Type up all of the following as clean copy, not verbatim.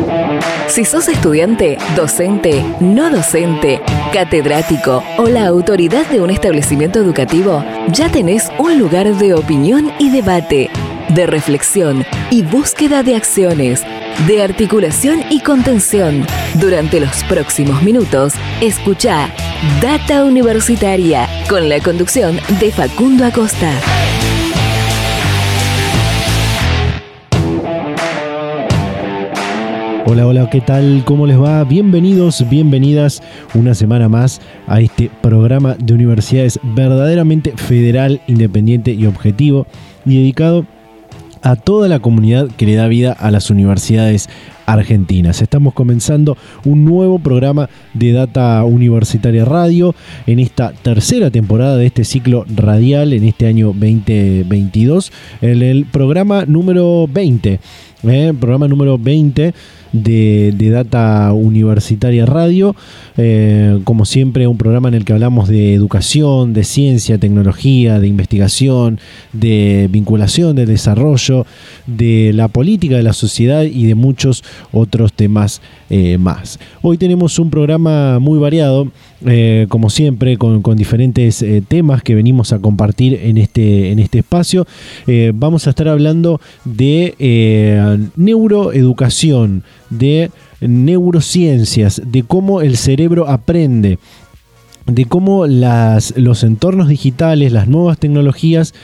Si sos estudiante, docente, no docente, catedrático o la autoridad de un establecimiento educativo, ya tenés un lugar de opinión y debate, de reflexión y búsqueda de acciones, de articulación y contención. Durante los próximos minutos, escuchá Data Universitaria con la conducción de Facundo Acosta. Hola, hola, ¿qué tal? ¿Cómo les va? Bienvenidos, bienvenidas una semana más a este programa de universidades verdaderamente federal, independiente y objetivo, y dedicado a toda la comunidad que le da vida a las universidades argentinas. Estamos comenzando un nuevo programa de Data Universitaria Radio en esta tercera temporada de este ciclo radial en este año 2022, en el programa número 20. Programa número 20 de Data Universitaria Radio. Como siempre, un programa en el que hablamos de educación, de ciencia, tecnología, de investigación, de vinculación, de desarrollo, de la política de la sociedad y de muchos otros temas más. Hoy tenemos un programa muy variado, como siempre, con diferentes temas que venimos a compartir en este espacio. Vamos a estar hablando de neuroeducación, de neurociencias, de cómo el cerebro aprende, de cómo los entornos digitales, las nuevas tecnologías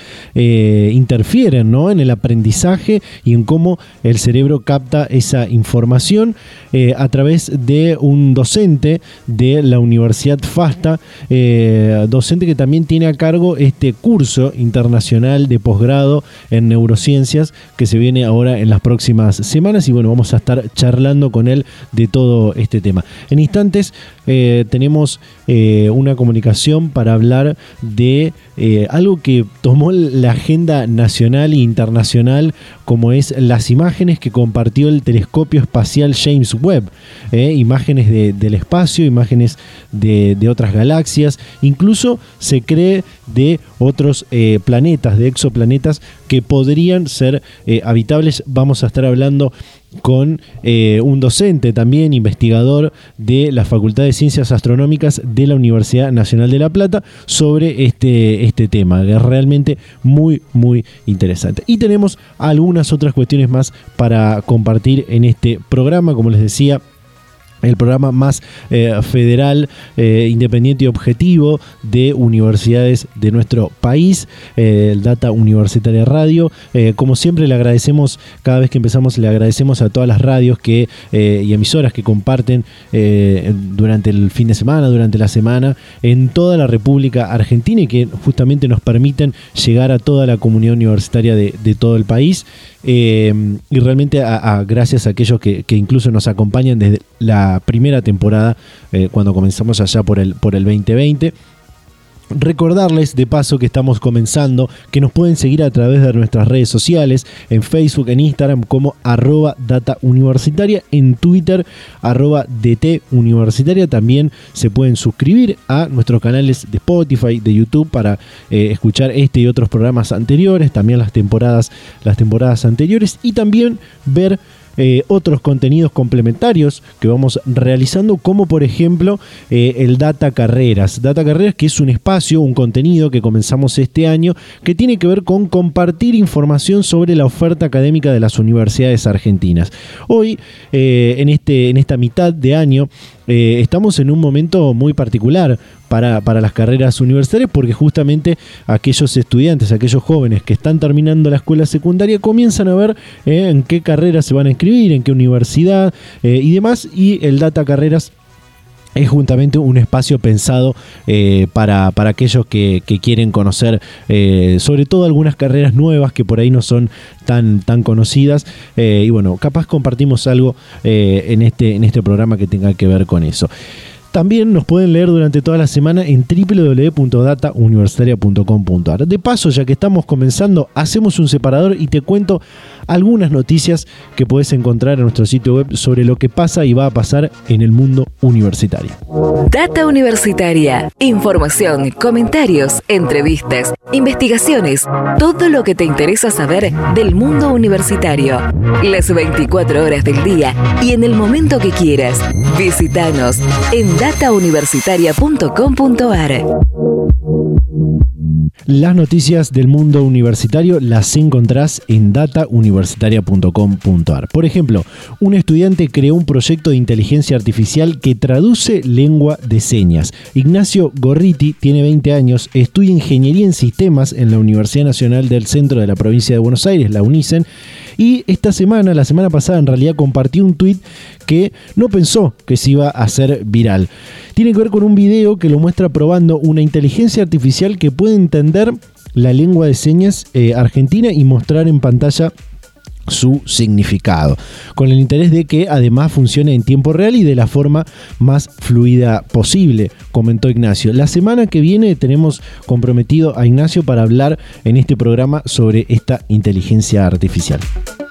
interfieren, ¿no?, en el aprendizaje y en cómo el cerebro capta esa información a través de un docente de la Universidad FASTA, docente que también tiene a cargo este curso internacional de posgrado en neurociencias que se viene ahora en las próximas semanas, y bueno, vamos a estar charlando con él de todo este tema. En instantes tenemos una comunicación para hablar de algo que tomó la agenda nacional e internacional, como es las imágenes que compartió el telescopio espacial James Webb, imágenes del espacio, imágenes de otras galaxias, incluso se cree de otros planetas, de exoplanetas que podrían ser habitables. Vamos a estar hablando con un docente también, investigador de la Facultad de Ciencias Astronómicas de la Universidad Nacional de La Plata, sobre este tema, que es realmente muy, muy interesante. Y tenemos algunas otras cuestiones más para compartir en este programa, como les decía, el programa más federal, independiente y objetivo de universidades de nuestro país, el Data Universitaria Radio. Como siempre, le agradecemos, cada vez que empezamos, le agradecemos a todas las radios y emisoras que comparten durante el fin de semana, durante la semana, en toda la República Argentina, y que justamente nos permiten llegar a toda la comunidad universitaria de todo el país. Y realmente gracias a aquellos que incluso nos acompañan desde la primera temporada, cuando comenzamos allá por el 2020. Recordarles de paso que estamos comenzando, que nos pueden seguir a través de nuestras redes sociales, en Facebook, en Instagram como @datauniversitaria, en Twitter @dtuniversitaria. También se pueden suscribir a nuestros canales de Spotify, de YouTube, para escuchar este y otros programas anteriores, también las temporadas anteriores, y también ver otros contenidos complementarios que vamos realizando, como por ejemplo el Data Carreras. Data Carreras, que es un espacio, un contenido que comenzamos este año, que tiene que ver con compartir información sobre la oferta académica de las universidades argentinas. Hoy, en esta mitad de año, estamos en un momento muy particular para las carreras universitarias, porque justamente aquellos estudiantes, aquellos jóvenes que están terminando la escuela secundaria, comienzan a ver en qué carrera se van a inscribir, en qué universidad y demás, y el Data Carreras es justamente un espacio pensado para aquellos que quieren conocer sobre todo algunas carreras nuevas que por ahí no son tan conocidas, y bueno, capaz compartimos algo en este programa que tenga que ver con eso. También nos pueden leer durante toda la semana en www.datauniversitaria.com.ar. De paso, ya que estamos comenzando, hacemos un separador y te cuento algunas noticias que podés encontrar en nuestro sitio web sobre lo que pasa y va a pasar en el mundo universitario. Data Universitaria. Información, comentarios, entrevistas, investigaciones, todo lo que te interesa saber del mundo universitario. Las 24 horas del día y en el momento que quieras. Visítanos en datauniversitaria.com.ar. Las noticias del mundo universitario las encontrás en datauniversitaria.com.ar. Por ejemplo, un estudiante creó un proyecto de inteligencia artificial que traduce lengua de señas. Ignacio Gorriti tiene 20 años, estudia ingeniería en sistemas en la Universidad Nacional del Centro de la Provincia de Buenos Aires, la UNICEN, y la semana pasada en realidad compartió un tuit que no pensó que se iba a hacer viral. Tiene que ver con un video que lo muestra probando una inteligencia artificial que puede entender la lengua de señas argentina y mostrar en pantalla su significado, con el interés de que además funcione en tiempo real y de la forma más fluida posible, comentó Ignacio. La semana que viene tenemos comprometido a Ignacio para hablar en este programa sobre esta inteligencia artificial.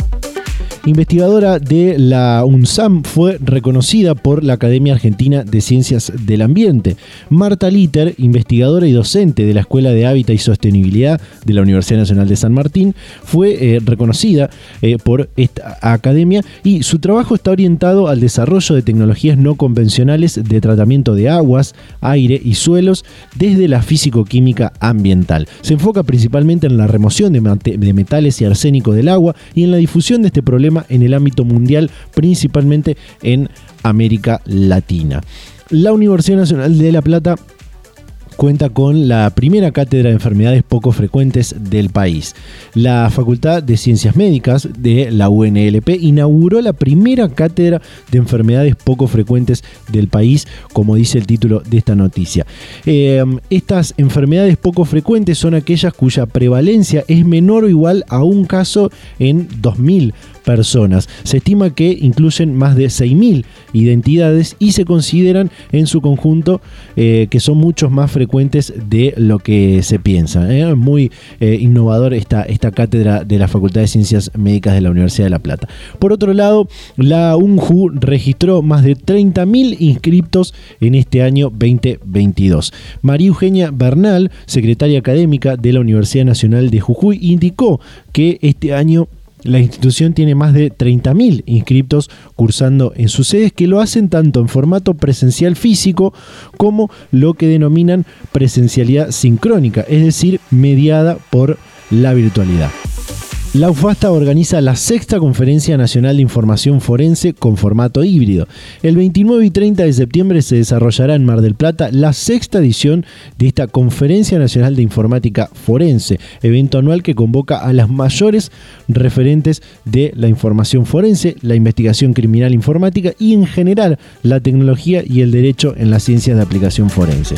Investigadora de la UNSAM, fue reconocida por la Academia Argentina de Ciencias del Ambiente. Marta Litter, investigadora y docente de la Escuela de Hábitat y Sostenibilidad de la Universidad Nacional de San Martín, fue reconocida por esta academia y su trabajo está orientado al desarrollo de tecnologías no convencionales de tratamiento de aguas, aire y suelos desde la físico-química ambiental. Se enfoca principalmente en la remoción de metales y arsénico del agua y en la difusión de este problema en el ámbito mundial, principalmente en América Latina. La Universidad Nacional de La Plata cuenta con la primera cátedra de enfermedades poco frecuentes del país. La Facultad de Ciencias Médicas de la UNLP inauguró la primera cátedra de enfermedades poco frecuentes del país, como dice el título de esta noticia. Estas enfermedades poco frecuentes son aquellas cuya prevalencia es menor o igual a un caso en 2.000 personas. Se estima que incluyen más de 6.000 identidades y se consideran en su conjunto que son muchos más frecuentes de lo que se piensa. Muy innovador esta cátedra de la Facultad de Ciencias Médicas de la Universidad de La Plata. Por otro lado, la UNJU registró más de 30.000 inscriptos en este año 2022. María Eugenia Bernal, secretaria académica de la Universidad Nacional de Jujuy, indicó que este año la institución tiene más de 30.000 inscriptos cursando en sus sedes, que lo hacen tanto en formato presencial físico como lo que denominan presencialidad sincrónica, es decir, mediada por la virtualidad. La UFASTA organiza la 6ª Conferencia Nacional de Información Forense con formato híbrido. El 29 y 30 de septiembre se desarrollará en Mar del Plata la 6ª edición de esta Conferencia Nacional de Informática Forense, evento anual que convoca a las mayores referentes de la información forense, la investigación criminal informática y en general la tecnología y el derecho en las ciencias de aplicación forense.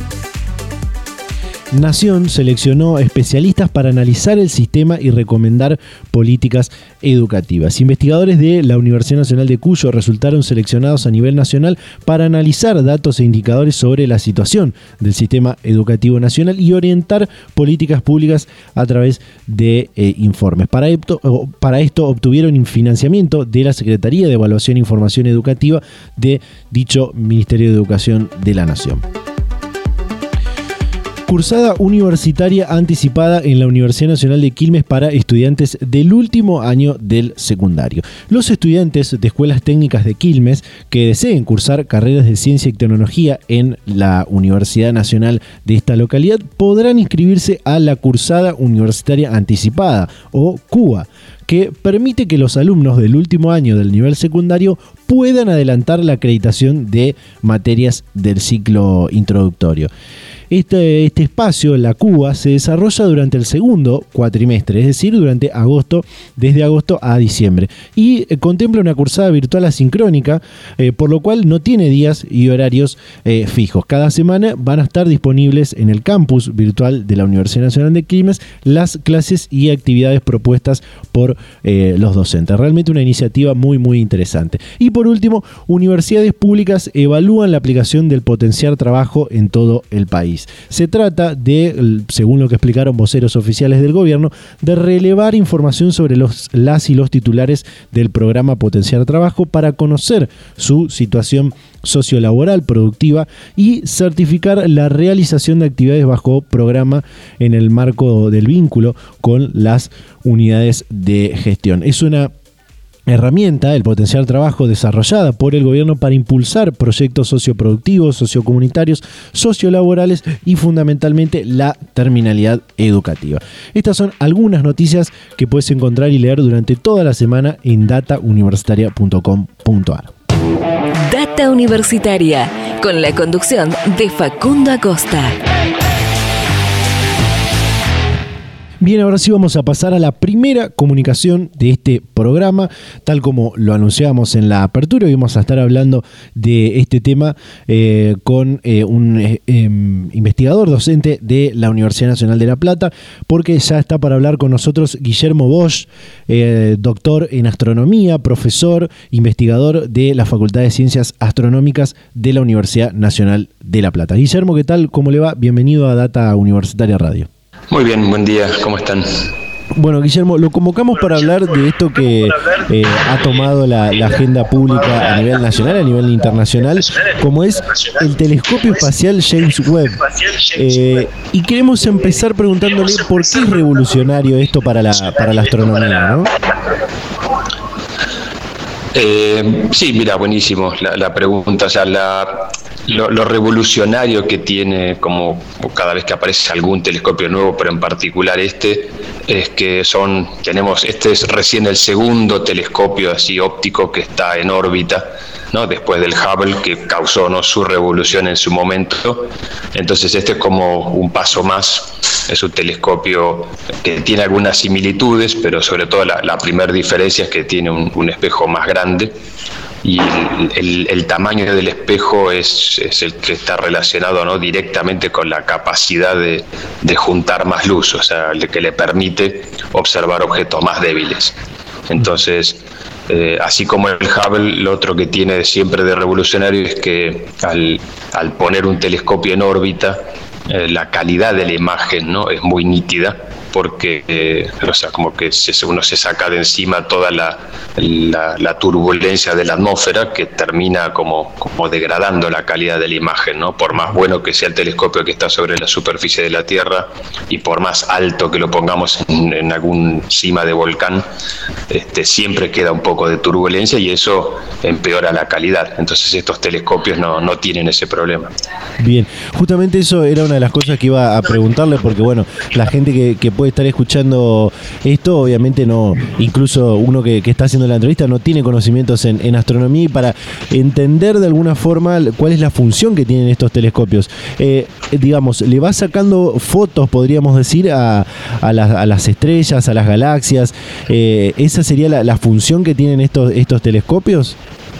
Nación seleccionó especialistas para analizar el sistema y recomendar políticas educativas. Investigadores de la Universidad Nacional de Cuyo resultaron seleccionados a nivel nacional para analizar datos e indicadores sobre la situación del sistema educativo nacional y orientar políticas públicas a través de informes. Para esto obtuvieron financiamiento de la Secretaría de Evaluación e Información Educativa de dicho Ministerio de Educación de la Nación. Cursada universitaria anticipada en la Universidad Nacional de Quilmes para estudiantes del último año del secundario. Los estudiantes de escuelas técnicas de Quilmes que deseen cursar carreras de ciencia y tecnología en la Universidad Nacional de esta localidad podrán inscribirse a la Cursada Universitaria Anticipada, o CUA, que permite que los alumnos del último año del nivel secundario puedan adelantar la acreditación de materias del ciclo introductorio. Este espacio, la CUA, se desarrolla durante el segundo cuatrimestre, es decir, desde agosto a diciembre, y contempla una cursada virtual asincrónica, por lo cual no tiene días y horarios fijos. Cada semana van a estar disponibles en el campus virtual de la Universidad Nacional de Quilmes las clases y actividades propuestas por los docentes. Realmente una iniciativa muy, muy interesante. Y por último, universidades públicas evalúan la aplicación del potenciar trabajo en todo el país. país. Se trata de, según lo que explicaron voceros oficiales del gobierno, de relevar información sobre las y los titulares del programa Potenciar Trabajo para conocer su situación sociolaboral, productiva y certificar la realización de actividades bajo programa en el marco del vínculo con las unidades de gestión. Es una herramienta, el Potenciar Trabajo, desarrollada por el gobierno para impulsar proyectos socioproductivos, sociocomunitarios, sociolaborales y fundamentalmente la terminalidad educativa. Estas son algunas noticias que puedes encontrar y leer durante toda la semana en datauniversitaria.com.ar. Data Universitaria, con la conducción de Facundo Acosta. Bien, ahora sí vamos a pasar a la primera comunicación de este programa. Tal como lo anunciábamos en la apertura, hoy vamos a estar hablando de este tema con un investigador docente de la Universidad Nacional de La Plata, porque ya está para hablar con nosotros Guillermo Bosch, doctor en astronomía, profesor, investigador de la Facultad de Ciencias Astronómicas de la Universidad Nacional de La Plata. Guillermo, ¿qué tal? ¿Cómo le va? Bienvenido a Data Universitaria Radio. Muy bien, buen día, ¿cómo están? Bueno, Guillermo, lo convocamos para hablar de esto que ha tomado la agenda pública a nivel nacional, a nivel internacional, como es el telescopio espacial James Webb. Y queremos empezar preguntándole por qué es revolucionario esto para la astronomía, ¿no? Sí, mira, buenísimo la pregunta. O sea, lo revolucionario que tiene, como cada vez que aparece algún telescopio nuevo, pero en particular es que este es recién el segundo telescopio así óptico que está en órbita, ¿no? Después del Hubble, que causó, ¿no?, su revolución en su momento. Entonces este es como un paso más. Es un telescopio que tiene algunas similitudes, pero sobre todo la primera diferencia es que tiene un espejo más grande, y el tamaño del espejo es el que está relacionado, ¿no?, directamente con la capacidad de juntar más luz, o sea, que le permite observar objetos más débiles. Entonces, así como el Hubble, lo otro que tiene siempre de revolucionario es que al poner un telescopio en órbita, la calidad de la imagen, ¿no?, es muy nítida, porque o sea, como que uno se saca de encima toda la turbulencia de la atmósfera, que termina como degradando la calidad de la imagen, ¿no? Por más bueno que sea el telescopio que está sobre la superficie de la Tierra, y por más alto que lo pongamos en algún cima de volcán, siempre queda un poco de turbulencia y eso empeora la calidad. Entonces estos telescopios no tienen ese problema. Bien, justamente eso era una de las cosas que iba a preguntarle, porque bueno, la gente que puede estar escuchando esto, obviamente no, incluso uno que está haciendo la entrevista no tiene conocimientos en astronomía, y para entender de alguna forma cuál es la función que tienen estos telescopios, digamos, le va sacando fotos, podríamos decir, a las estrellas, a las galaxias. ¿Esa sería la función que tienen estos telescopios?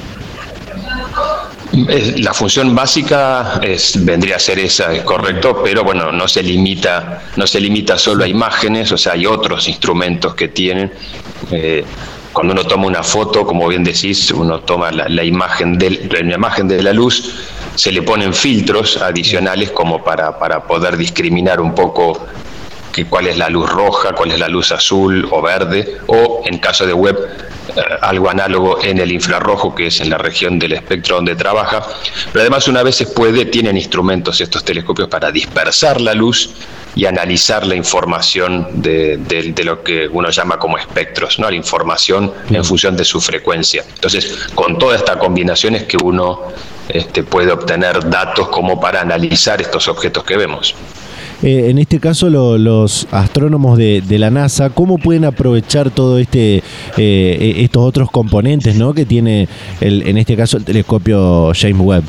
La función básica vendría a ser esa, es correcto, pero bueno, no se limita solo a imágenes, o sea, hay otros instrumentos que tienen. Cuando uno toma una foto, como bien decís, uno toma la imagen de la luz, se le ponen filtros adicionales como para poder discriminar un poco cuál es la luz roja, cuál es la luz azul o verde, o en caso de Webb, algo análogo en el infrarrojo, que es en la región del espectro donde trabaja. Pero además, una vez tienen instrumentos estos telescopios para dispersar la luz y analizar la información de lo que uno llama como espectros, ¿no? La información en función de su frecuencia. Entonces, con toda esta combinación es que uno puede obtener datos como para analizar estos objetos que vemos. En este caso, los astrónomos de la NASA, ¿cómo pueden aprovechar todo estos otros componentes, ¿no?, que tiene en este caso el telescopio James Webb?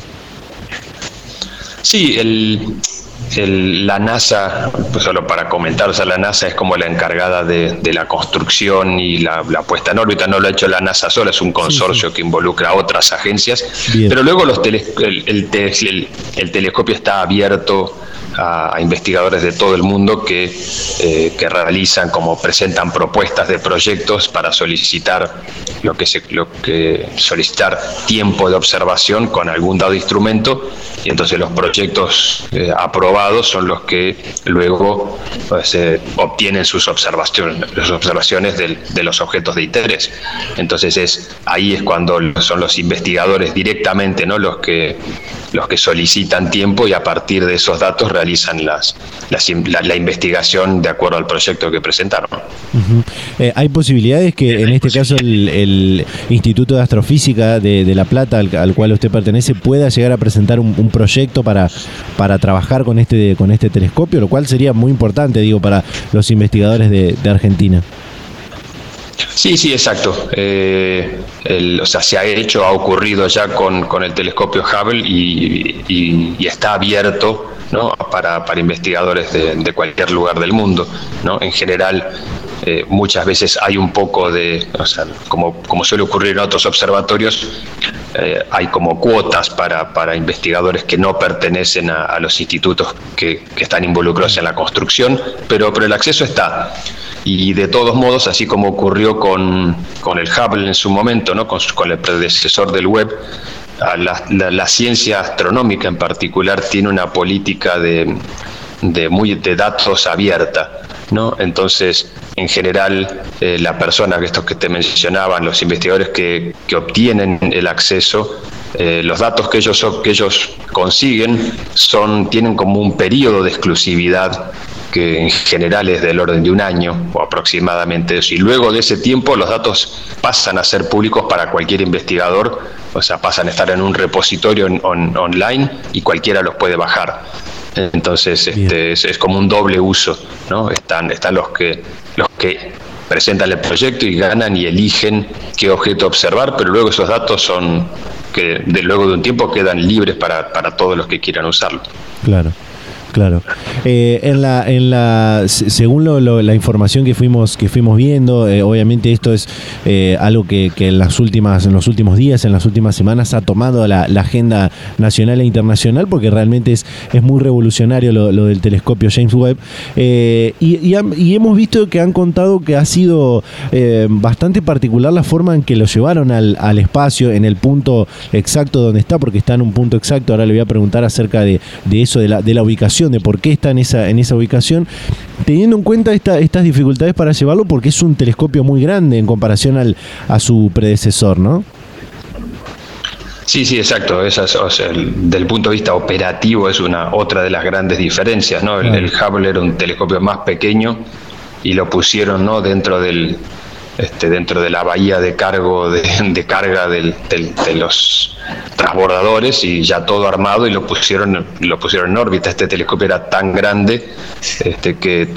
Sí, la NASA, pues solo para comentar, o sea, la NASA es como la encargada de la construcción y la puesta en órbita. No lo ha hecho la NASA sola, es un consorcio que involucra a otras agencias. Bien. Pero luego el telescopio está abierto a investigadores de todo el mundo que presentan propuestas de proyectos para solicitar solicitar tiempo de observación con algún dado instrumento, y entonces los proyectos aprobados probados son los que luego obtienen sus observaciones de los objetos de interés. Entonces ahí es cuando son los investigadores directamente, ¿no?, los que solicitan tiempo, y a partir de esos datos realizan la investigación de acuerdo al proyecto que presentaron. Uh-huh. ¿Hay posibilidades que en este caso el Instituto de Astrofísica de La Plata, al cual usted pertenece, pueda llegar a presentar un proyecto para trabajar con este telescopio, lo cual sería muy importante, digo, para los investigadores de Argentina? Sí, exacto. Se ha ocurrido ya con el telescopio Hubble y está abierto, ¿no?, para investigadores de cualquier lugar del mundo, ¿no? En general, muchas veces hay un poco de, como suele ocurrir en otros observatorios, hay como cuotas para investigadores que no pertenecen a los institutos que están involucrados en la construcción, pero el acceso está. Y de todos modos, así como ocurrió con el Hubble en su momento, ¿no?, con el predecesor del Webb, la ciencia astronómica en particular tiene una política de datos abierta, ¿no? Entonces, en general, la persona que te mencionaban, los investigadores que obtienen el acceso, los datos que ellos consiguen tienen como un periodo de exclusividad que en general es del orden de un año o aproximadamente eso, y luego de ese tiempo los datos pasan a ser públicos para cualquier investigador, pasan a estar en un repositorio online y cualquiera los puede bajar. Entonces es como un doble uso, ¿no? Están los que presentan el proyecto y ganan y eligen qué objeto observar, pero luego esos datos son que luego de un tiempo quedan libres para todos los que quieran usarlo. Claro. Según la información que fuimos viendo, obviamente esto es algo que en los últimos días, en las últimas semanas ha tomado la agenda nacional e internacional, porque realmente es muy revolucionario lo del telescopio James Webb, y hemos visto que han contado que ha sido bastante particular la forma en que lo llevaron al espacio, en el punto exacto donde está, porque está en un punto exacto. Ahora le voy a preguntar acerca de eso, de la ubicación, de por qué está en esa ubicación, teniendo en cuenta estas dificultades para llevarlo, porque es un telescopio muy grande en comparación a su predecesor, ¿no? Sí, exacto. Del punto de vista operativo es otra de las grandes diferencias, ¿no? Claro. El Hubble era un telescopio más pequeño y lo pusieron, ¿no?, dentro de la bahía de carga de los transbordadores, y ya todo armado, y lo pusieron en órbita. Este telescopio era tan grande que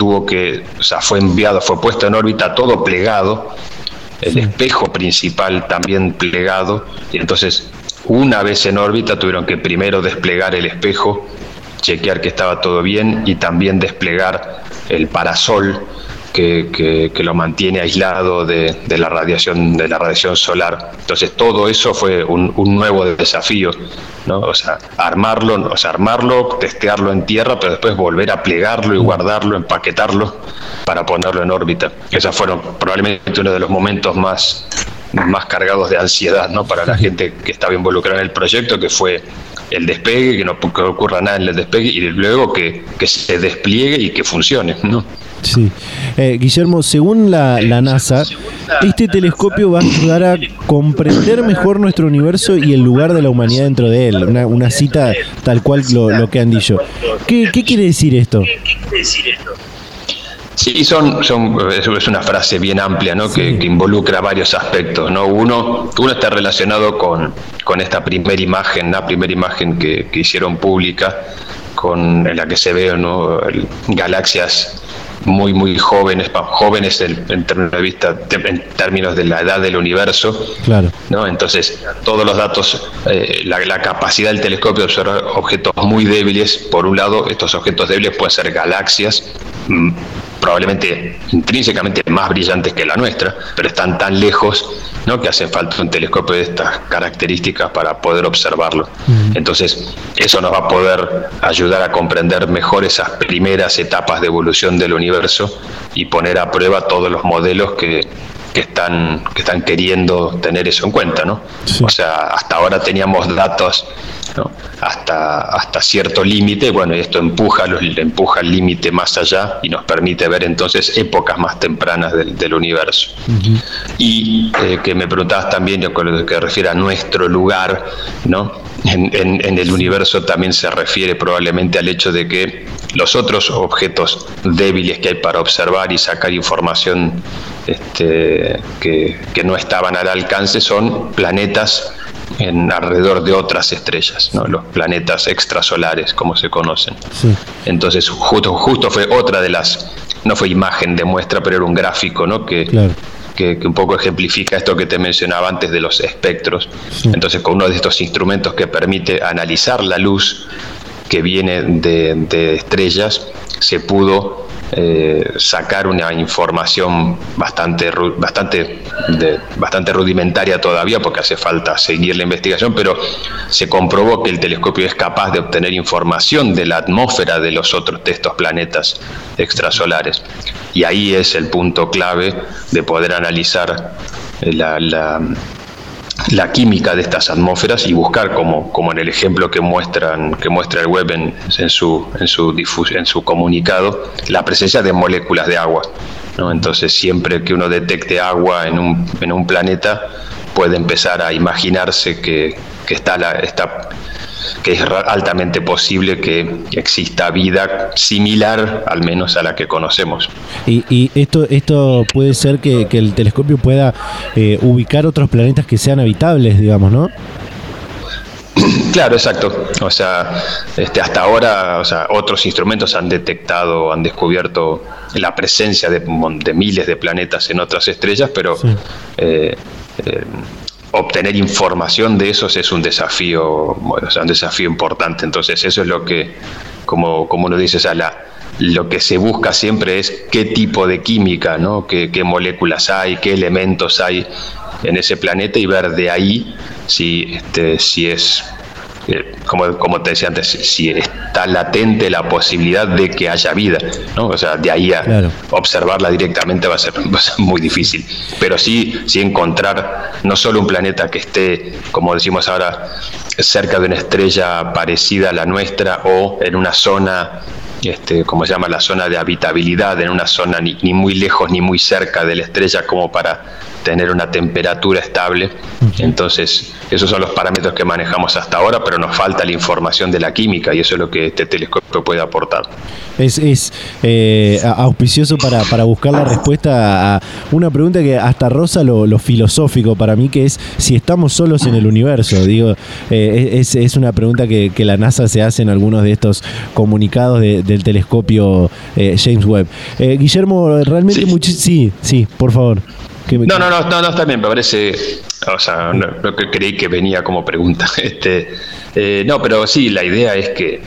fue puesto en órbita todo plegado, el espejo principal también plegado, y entonces una vez en órbita tuvieron que primero desplegar el espejo, chequear que estaba todo bien, y también desplegar el parasol que lo mantiene aislado de la radiación solar. Entonces todo eso fue un nuevo desafío, ¿no? Armarlo, testearlo en tierra, pero después volver a plegarlo y guardarlo, empaquetarlo para ponerlo en órbita. Esos fueron probablemente uno de los momentos más cargados de ansiedad, ¿no?, para la gente que estaba involucrada en el proyecto, que fue el despegue, que no ocurra nada en el despegue, y luego que se despliegue y que funcione, ¿no? Sí. Guillermo, según la NASA, este telescopio va a ayudar a comprender mejor nuestro universo y el lugar de la humanidad dentro de él. Una cita tal cual lo que han dicho. ¿Qué quiere decir esto? Sí, es una frase bien amplia, ¿no? Sí. Que involucra varios aspectos, ¿no? Uno está relacionado con esta primera imagen que hicieron pública, en la que se ve, ¿no?, galaxias muy jóvenes en términos de la edad del universo. Claro. ¿No? Entonces, todos los datos, la capacidad del telescopio de observar objetos muy débiles. Por un lado, estos objetos débiles pueden ser galaxias, probablemente intrínsecamente más brillantes que la nuestra, pero están tan lejos, ¿no?, que hace falta un telescopio de estas características para poder observarlo. Entonces, eso nos va a poder ayudar a comprender mejor esas primeras etapas de evolución del universo y poner a prueba todos los modelos que que están queriendo tener eso en cuenta, ¿no? Sí. O sea, hasta ahora teníamos datos, ¿no?, hasta cierto límite. Bueno, y esto empuja el límite más allá y nos permite ver entonces épocas más tempranas del universo. Uh-huh. Y que me preguntabas también, con lo que refiere a nuestro lugar, ¿no?, en el universo también se refiere probablemente al hecho de que los otros objetos débiles que hay para observar y sacar información que no estaban al alcance son planetas alrededor de otras estrellas, ¿no?, los planetas extrasolares, como se conocen. Sí. Entonces justo fue otra de las, no fue imagen de muestra, pero era un gráfico, ¿no?, que un poco ejemplifica esto que te mencionaba antes de los espectros. Sí. Entonces, con uno de estos instrumentos que permite analizar la luz que viene de estrellas, se pudo sacar una información bastante rudimentaria todavía, porque hace falta seguir la investigación, pero se comprobó que el telescopio es capaz de obtener información de la atmósfera de los otros de estos planetas extrasolares, y ahí es el punto clave de poder analizar la química de estas atmósferas y buscar, como en el ejemplo que muestra el web en su comunicado, la presencia de moléculas de agua, ¿no? Entonces, siempre que uno detecte agua en un planeta, puede empezar a imaginarse que es altamente posible que exista vida similar, al menos a la que conocemos. Y esto puede ser que el telescopio pueda ubicar otros planetas que sean habitables, digamos, ¿no? Claro, exacto. O sea, hasta ahora, otros instrumentos han descubierto la presencia de miles de planetas en otras estrellas, pero sí. Obtener información de esos es un desafío, un desafío importante. Entonces, eso es lo que, como uno dice, lo que se busca siempre es qué tipo de química, ¿no?, qué moléculas hay, qué elementos hay en ese planeta, y ver de ahí si es, como te decía antes, si está latente la posibilidad de que haya vida, ¿no? O sea, de ahí a observarla directamente va a ser muy difícil, pero sí encontrar no solo un planeta que esté, como decimos ahora, cerca de una estrella parecida a la nuestra, o en una zona, como se llama, la zona de habitabilidad, en una zona ni muy lejos ni muy cerca de la estrella como para tener una temperatura estable. Entonces, esos son los parámetros que manejamos hasta ahora, pero nos falta la información de la química, y eso es lo que este telescopio puede aportar. Es auspicioso para buscar la respuesta a una pregunta que hasta roza lo filosófico para mí, que es si estamos solos en el universo. Digo, es una pregunta que la NASA se hace en algunos de estos comunicados del telescopio James Webb. Guillermo, realmente sí, por favor. No, está bien, me parece, no creí que venía como pregunta. No, pero sí, la idea es que,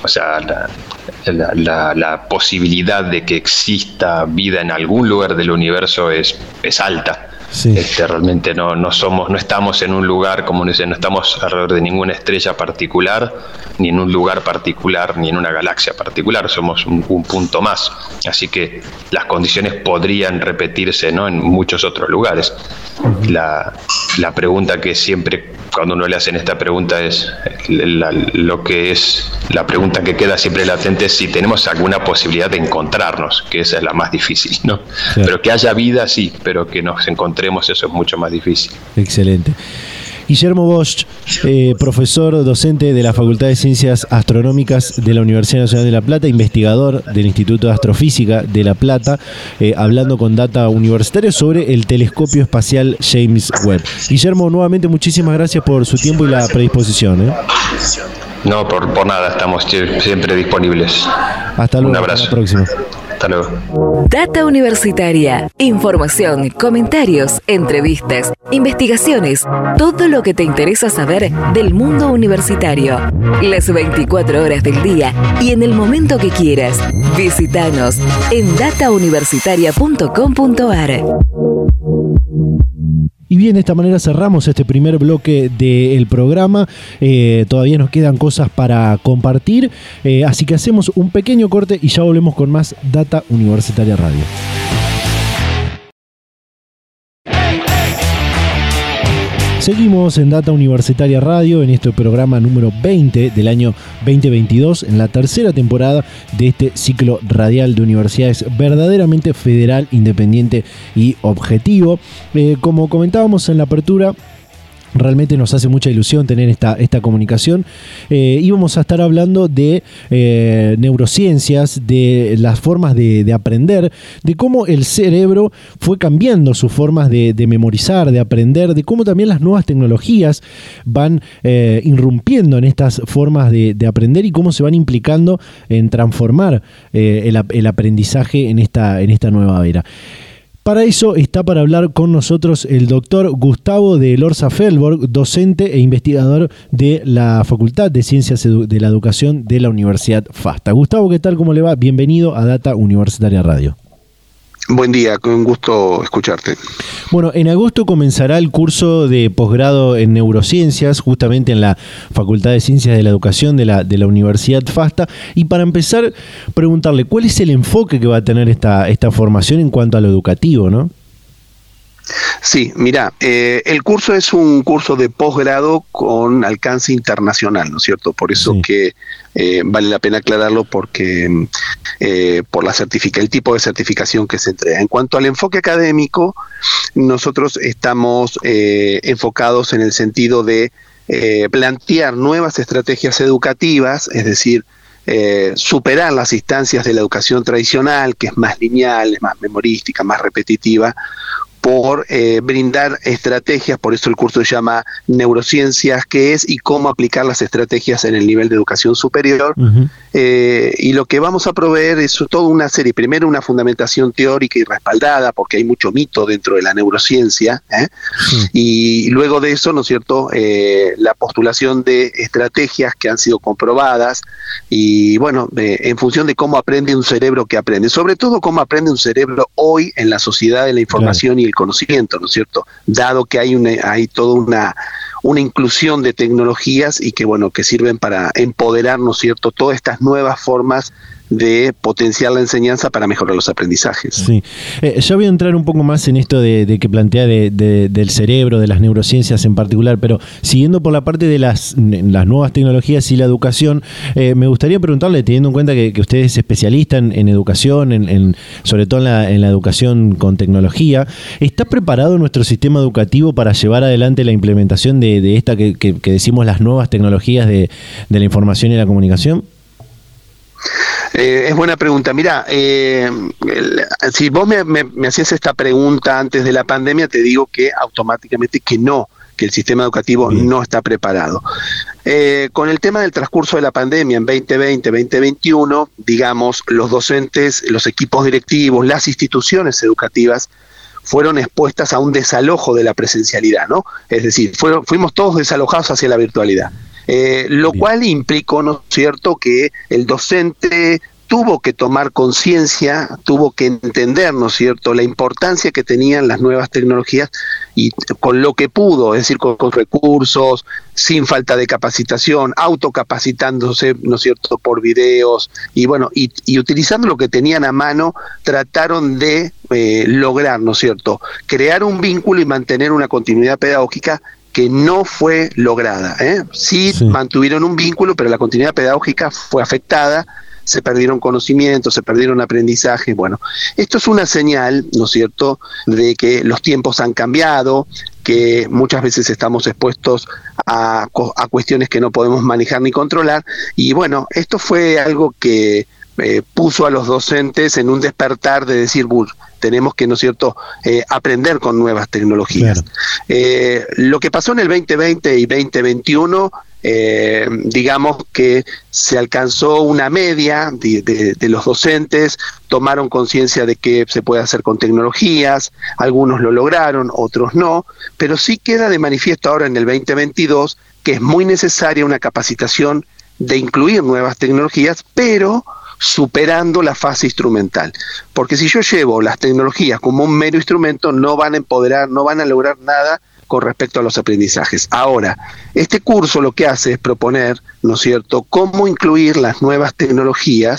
la posibilidad de que exista vida en algún lugar del universo es alta. Sí. Realmente no estamos en un lugar, como dicen, no estamos alrededor de ninguna estrella particular, ni en un lugar particular, ni en una galaxia particular. Somos un punto más, así que las condiciones podrían repetirse, ¿no?, en muchos otros lugares. La pregunta que siempre, cuando uno le hacen esta pregunta, es lo que es la pregunta que queda siempre latente, es si tenemos alguna posibilidad de encontrarnos, que esa es la más difícil, ¿no? Claro. Pero que haya vida, sí, pero que nos encontremos, eso es mucho más difícil. Excelente. Guillermo Bosch, profesor docente de la Facultad de Ciencias Astronómicas de la Universidad Nacional de La Plata, investigador del Instituto de Astrofísica de La Plata, hablando con Data Universitaria sobre el telescopio espacial James Webb. Guillermo, nuevamente muchísimas gracias por su tiempo y la predisposición. No, por nada, estamos siempre disponibles. Hasta luego. Un abrazo. Hasta la próxima. Hasta luego. Data Universitaria. Información, comentarios, entrevistas, investigaciones. Todo lo que te interesa saber del mundo universitario. Las 24 horas del día y en el momento que quieras. Visítanos en datauniversitaria.com.ar. Y bien, de esta manera cerramos este primer bloque del programa. Todavía nos quedan cosas para compartir, así que hacemos un pequeño corte y ya volvemos con más Data Universitaria Radio. Seguimos en Data Universitaria Radio en este programa número 20 del año 2022, en la tercera temporada de este ciclo radial de universidades verdaderamente federal, independiente y objetivo. Como comentábamos en la apertura, realmente nos hace mucha ilusión tener esta comunicación. Íbamos a estar hablando de neurociencias, de las formas de aprender, de cómo el cerebro fue cambiando sus formas de memorizar, de aprender, de cómo también las nuevas tecnologías van irrumpiendo en estas formas de aprender y cómo se van implicando en transformar el aprendizaje en esta nueva era. Para eso está para hablar con nosotros el doctor Gustavo de Elorza-Felborg, docente e investigador de la Facultad de Ciencias de la Educación de la Universidad FASTA. Gustavo, ¿qué tal? ¿Cómo le va? Bienvenido a Data Universitaria Radio. Buen día, con gusto escucharte. Bueno, en agosto comenzará el curso de posgrado en neurociencias, justamente en la Facultad de Ciencias de la Educación de la Universidad FASTA. Y para empezar, preguntarle, ¿cuál es el enfoque que va a tener esta formación en cuanto a lo educativo, no? Sí, mira, el curso es un curso de posgrado con alcance internacional, ¿no es cierto? Por eso sí, que vale la pena aclararlo, porque por el tipo de certificación que se entrega. En cuanto al enfoque académico, nosotros estamos enfocados en el sentido de plantear nuevas estrategias educativas, es decir, superar las instancias de la educación tradicional, que es más lineal, es más memorística, más repetitiva, por brindar estrategias. Por eso el curso se llama Neurociencias, qué es y cómo aplicar las estrategias en el nivel de educación superior. Uh-huh. Y lo que vamos a proveer es toda una serie, primero una fundamentación teórica y respaldada, porque hay mucho mito dentro de la neurociencia, sí, y luego de eso, ¿no es cierto?, la postulación de estrategias que han sido comprobadas y, bueno, en función de cómo aprende un cerebro que aprende, sobre todo cómo aprende un cerebro hoy en la sociedad de la información, claro, y el conocimiento, ¿no es cierto?, dado que hay toda una inclusión de tecnologías y que, bueno, que sirven para empoderar, ¿no es cierto?, todas estas nuevas formas de potenciar la enseñanza para mejorar los aprendizajes. Sí. Ya voy a entrar un poco más en esto de que plantea del cerebro, de las neurociencias en particular, pero siguiendo por la parte de las nuevas tecnologías y la educación, me gustaría preguntarle, teniendo en cuenta que usted es especialista en educación, sobre todo en la educación con tecnología, ¿está preparado nuestro sistema educativo para llevar adelante la implementación de esta que decimos las nuevas tecnologías de la información y la comunicación? Es buena pregunta. Mira, si vos me hacías esta pregunta antes de la pandemia, te digo que automáticamente que no, que el sistema educativo no está preparado. Con el tema del transcurso de la pandemia en 2020, 2021, digamos, los docentes, los equipos directivos, las instituciones educativas fueron expuestas a un desalojo de la presencialidad, ¿no? Es decir, fuimos todos desalojados hacia la virtualidad. Lo cual implicó, ¿no es cierto?, que el docente tuvo que tomar conciencia, tuvo que entender, ¿no es cierto?, la importancia que tenían las nuevas tecnologías y con lo que pudo, es decir, con recursos, sin falta de capacitación, autocapacitándose, ¿no es cierto?, por videos y, bueno, y utilizando lo que tenían a mano, trataron de lograr, ¿no es cierto?, crear un vínculo y mantener una continuidad pedagógica que no fue lograda. Sí, mantuvieron un vínculo, pero la continuidad pedagógica fue afectada, se perdieron conocimientos, se perdieron aprendizaje. Bueno, esto es una señal, ¿no es cierto?, de que los tiempos han cambiado, que muchas veces estamos expuestos a cuestiones que no podemos manejar ni controlar, y bueno, esto fue algo que puso a los docentes en un despertar de decir, tenemos que, ¿no es cierto?, aprender con nuevas tecnologías. Claro. Lo que pasó en el 2020 y 2021, digamos que se alcanzó una media de los docentes, tomaron conciencia de que se puede hacer con tecnologías, algunos lo lograron, otros no, pero sí queda de manifiesto ahora en el 2022 que es muy necesaria una capacitación de incluir nuevas tecnologías, pero superando la fase instrumental, porque si yo llevo las tecnologías como un mero instrumento, no van a empoderar, no van a lograr nada con respecto a los aprendizajes. Ahora, este curso lo que hace es proponer, ¿no es cierto?, cómo incluir las nuevas tecnologías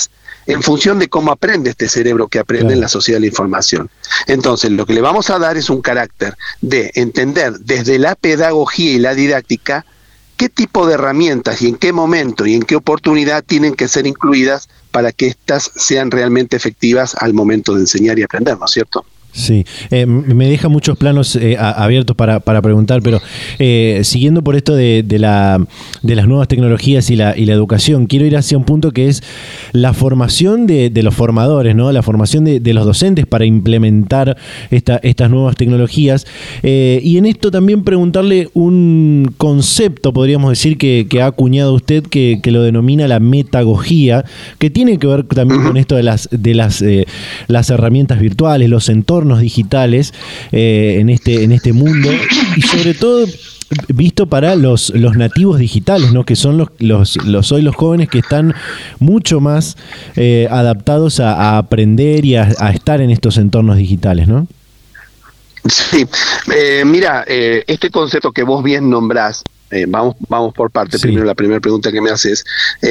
en función de cómo aprende este cerebro que aprende en la sociedad de la información. Entonces, lo que le vamos a dar es un carácter de entender desde la pedagogía y la didáctica qué tipo de herramientas y en qué momento y en qué oportunidad tienen que ser incluidas para que éstas sean realmente efectivas al momento de enseñar y aprender, ¿no es cierto? Sí, me deja muchos planos abiertos para preguntar, pero siguiendo por esto de las nuevas tecnologías y la educación, quiero ir hacia un punto que es la formación de los formadores, ¿no? La formación de los docentes para implementar estas nuevas tecnologías, y en esto también preguntarle un concepto, podríamos decir, que ha acuñado usted, que lo denomina la metagogía, que tiene que ver también con esto de las herramientas virtuales, los entornos digitales en este mundo, y sobre todo visto para los nativos digitales, ¿no? Que son hoy los jóvenes que están mucho más adaptados a aprender y a estar en estos entornos digitales, ¿no? Sí, mira, este concepto que vos bien nombrás, vamos por parte. Primero, la primera pregunta que me haces,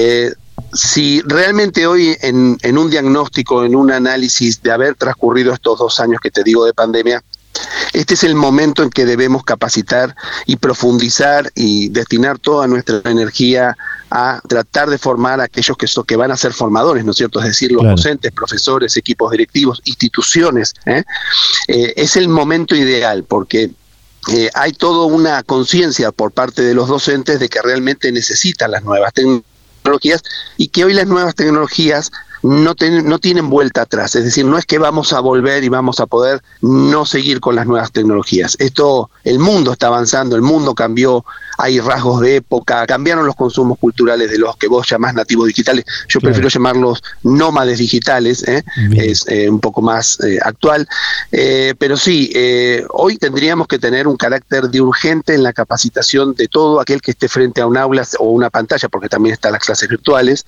si realmente hoy en un diagnóstico, en un análisis de haber transcurrido estos 2 años que te digo de pandemia, este es el momento en que debemos capacitar y profundizar y destinar toda nuestra energía a tratar de formar a aquellos que van a ser formadores, ¿no es cierto? Es decir, los docentes, profesores, equipos directivos, instituciones. Es el momento ideal porque hay toda una conciencia por parte de los docentes de que realmente necesitan las nuevas tecnologías y que hoy las nuevas tecnologías no tienen vuelta atrás. Es decir, no es que vamos a volver y vamos a poder no seguir con las nuevas tecnologías. El mundo está avanzando, el mundo cambió, hay rasgos de época, cambiaron los consumos culturales de los que vos llamás nativos digitales. Yo prefiero llamarlos nómades digitales, es un poco más actual. Pero sí, hoy tendríamos que tener un carácter de urgente en la capacitación de todo aquel que esté frente a un aula o una pantalla, porque también están las clases virtuales,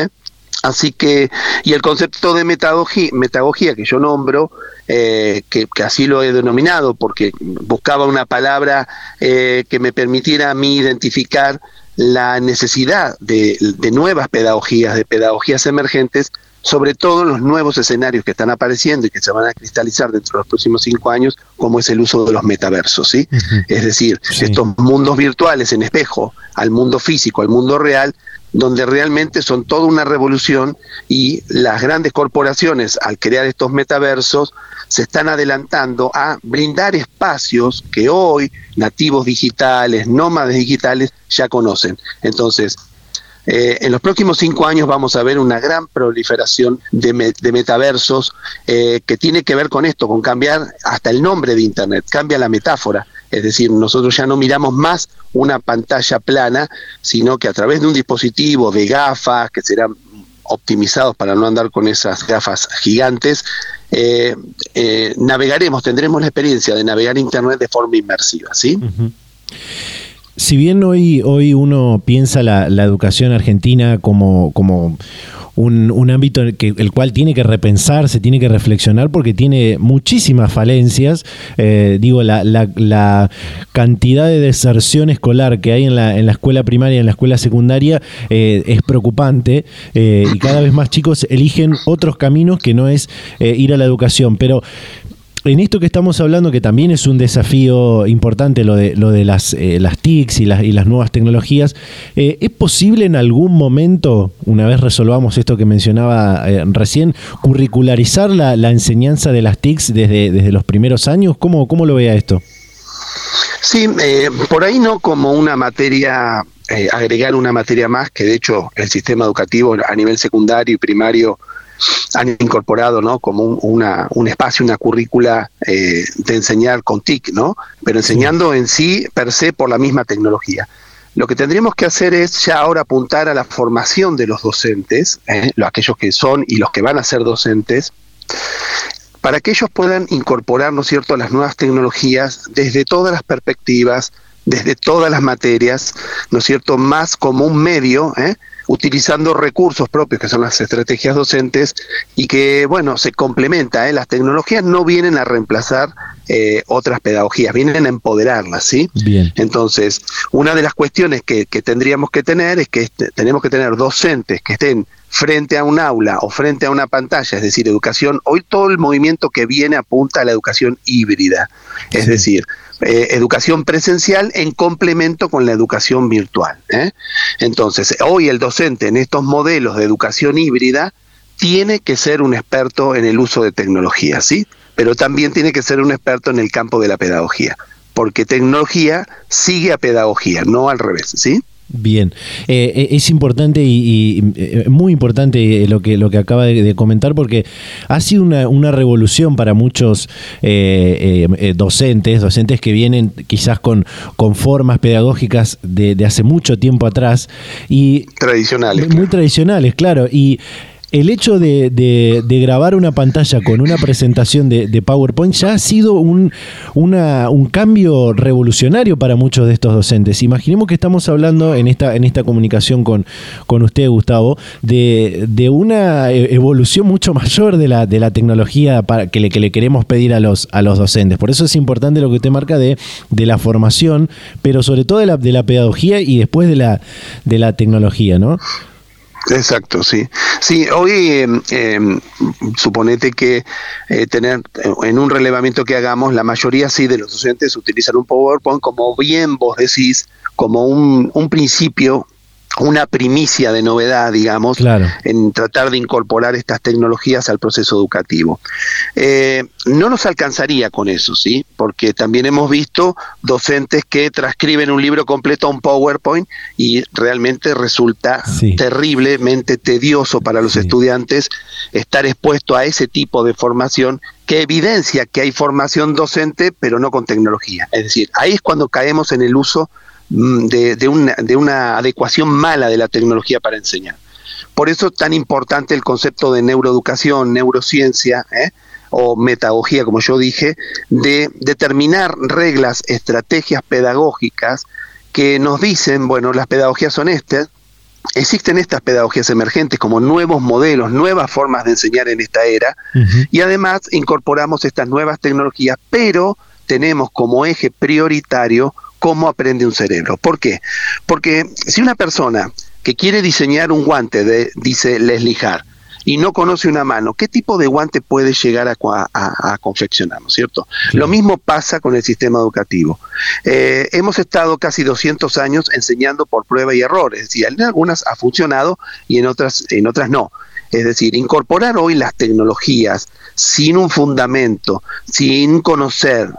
Así que, y el concepto de metagogía que yo nombro, que así lo he denominado, porque buscaba una palabra que me permitiera a mí identificar la necesidad de nuevas pedagogías, de pedagogías emergentes, sobre todo en los nuevos escenarios que están apareciendo y que se van a cristalizar dentro de los próximos 5 años, como es el uso de los metaversos, ¿sí? Es decir, estos mundos virtuales en espejo al mundo físico, al mundo real, donde realmente son toda una revolución, y las grandes corporaciones, al crear estos metaversos, se están adelantando a brindar espacios que hoy nativos digitales, nómades digitales ya conocen. Entonces, en los próximos 5 años vamos a ver una gran proliferación de metaversos que tiene que ver con esto, con cambiar hasta el nombre de Internet, cambia la metáfora. Es decir, nosotros ya no miramos más una pantalla plana, sino que a través de un dispositivo de gafas que serán optimizados para no andar con esas gafas gigantes, tendremos la experiencia de navegar Internet de forma inmersiva, ¿sí? Si bien hoy uno piensa la educación argentina como un ámbito el cual tiene que repensarse, tiene que reflexionar, porque tiene muchísimas falencias, la cantidad de deserción escolar que hay en la escuela primaria y en la escuela secundaria es preocupante, y cada vez más chicos eligen otros caminos que no es ir a la educación. Pero en esto que estamos hablando, que también es un desafío importante, lo de las TICs y las nuevas tecnologías, ¿es posible en algún momento, una vez resolvamos esto que mencionaba recién, curricularizar la enseñanza de las TICs desde los primeros años? ¿Cómo lo ve a esto? Sí, por ahí no como una materia, agregar una materia más, que de hecho el sistema educativo a nivel secundario y primario han incorporado, ¿no?, como un espacio, una currícula de enseñar con TIC, ¿no? Pero enseñando en sí, per se, por la misma tecnología. Lo que tendríamos que hacer es ya ahora apuntar a la formación de los docentes, aquellos que son y los que van a ser docentes, para que ellos puedan incorporar, ¿no es cierto?, las nuevas tecnologías desde todas las perspectivas, desde todas las materias, ¿no es cierto?, más como un medio, utilizando recursos propios que son las estrategias docentes, y que, bueno, se complementa, las tecnologías no vienen a reemplazar otras pedagogías, vienen a empoderarlas, ¿sí? Bien. Entonces, una de las cuestiones que tendríamos que tener es que tenemos que tener docentes que estén frente a un aula o frente a una pantalla, es decir, educación, hoy todo el movimiento que viene apunta a la educación híbrida, es decir, educación presencial en complemento con la educación virtual, ¿eh? Entonces, hoy el docente en estos modelos de educación híbrida tiene que ser un experto en el uso de tecnología, ¿sí? Pero también tiene que ser un experto en el campo de la pedagogía, porque tecnología sigue a pedagogía, no al revés, ¿sí? Bien, es importante y muy importante lo que acaba de comentar, porque ha sido una revolución para muchos docentes que vienen quizás con formas pedagógicas de hace mucho tiempo atrás y tradicionales, muy tradicionales, claro, y el hecho de grabar una pantalla con una presentación de PowerPoint ya ha sido un cambio revolucionario para muchos de estos docentes. Imaginemos que estamos hablando en esta comunicación con usted, Gustavo, de una evolución mucho mayor de la tecnología que le queremos pedir a los docentes. Por eso es importante lo que usted marca de la formación, pero sobre todo de la pedagogía y después de la tecnología, ¿no? Exacto, sí. Sí, hoy suponete que tener en un relevamiento que hagamos, la mayoría sí de los docentes utilizan un PowerPoint, como bien vos decís, como un principio, una primicia de novedad, digamos, claro, en tratar de incorporar estas tecnologías al proceso educativo. No nos alcanzaría con eso, ¿sí? Porque también hemos visto docentes que transcriben un libro completo a un PowerPoint y realmente resulta terriblemente tedioso para los estudiantes estar expuesto a ese tipo de formación que evidencia que hay formación docente, pero no con tecnología. Es decir, ahí es cuando caemos en el uso de una adecuación mala de la tecnología para enseñar. Por eso es tan importante el concepto de neuroeducación, neurociencia, o metagogía, como yo dije, de determinar reglas, estrategias pedagógicas que nos dicen, bueno, las pedagogías son estas, existen estas pedagogías emergentes como nuevos modelos, nuevas formas de enseñar en esta era, y además incorporamos estas nuevas tecnologías, pero tenemos como eje prioritario cómo aprende un cerebro. ¿Por qué? Porque si una persona que quiere diseñar un guante, dice Leslie Hart, y no conoce una mano, ¿qué tipo de guante puede llegar a confeccionar, ¿no es cierto? Sí. Lo mismo pasa con el sistema educativo. Hemos estado casi 200 años enseñando por prueba y error, es decir, en algunas ha funcionado y en otras no. Es decir, incorporar hoy las tecnologías sin un fundamento, sin conocer,